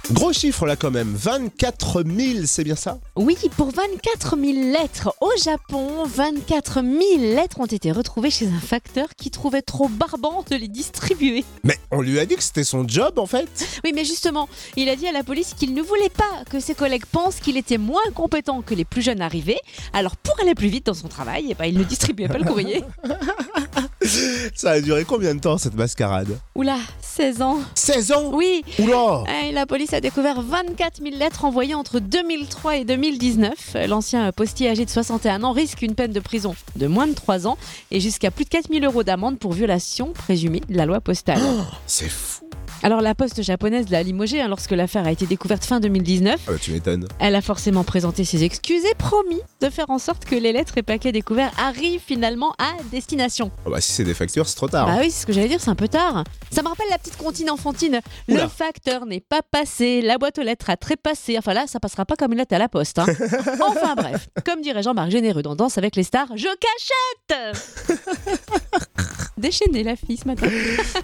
Gros chiffre là quand même, 24 000, c'est bien ça ? Oui, pour 24 000 lettres au Japon, 24 000 lettres ont été retrouvées chez un facteur qui trouvait trop barbant de les distribuer. Mais on lui a dit que c'était son job en fait. Oui, mais justement, il a dit à la police qu'il ne voulait pas que ses collègues pensent qu'il était moins compétent que les plus jeunes arrivés. Alors pour aller plus vite dans son travail, il ne distribuait pas le courrier. Ça a duré combien de temps cette mascarade ? Oula, 16 ans. 16 ans ? Oui. Oula ! Et la police a découvert 24 000 lettres envoyées entre 2003 et 2019. L'ancien postier âgé de 61 ans risque une peine de prison de moins de 3 ans et jusqu'à plus de 4 000 € d'amende pour violation présumée de la loi postale. Oh, c'est fou. Alors la poste japonaise l'a limogé lorsque l'affaire a été découverte fin 2019. Ah bah tu m'étonnes. Elle a forcément présenté ses excuses et promis de faire en sorte que les lettres et paquets découverts arrivent finalement à destination. Ah bah si c'est des factures, c'est trop tard. Bah oui, c'est ce que j'allais dire, c'est un peu tard. Ça me rappelle la petite comptine enfantine. Oula. Le facteur n'est pas passé, la boîte aux lettres a trépassé. Enfin là, ça passera pas comme une lettre à la poste. Enfin bref, comme dirait Jean-Marc Généreux dans Danse avec les stars, je cachette. Déchaînée la fille ce matin.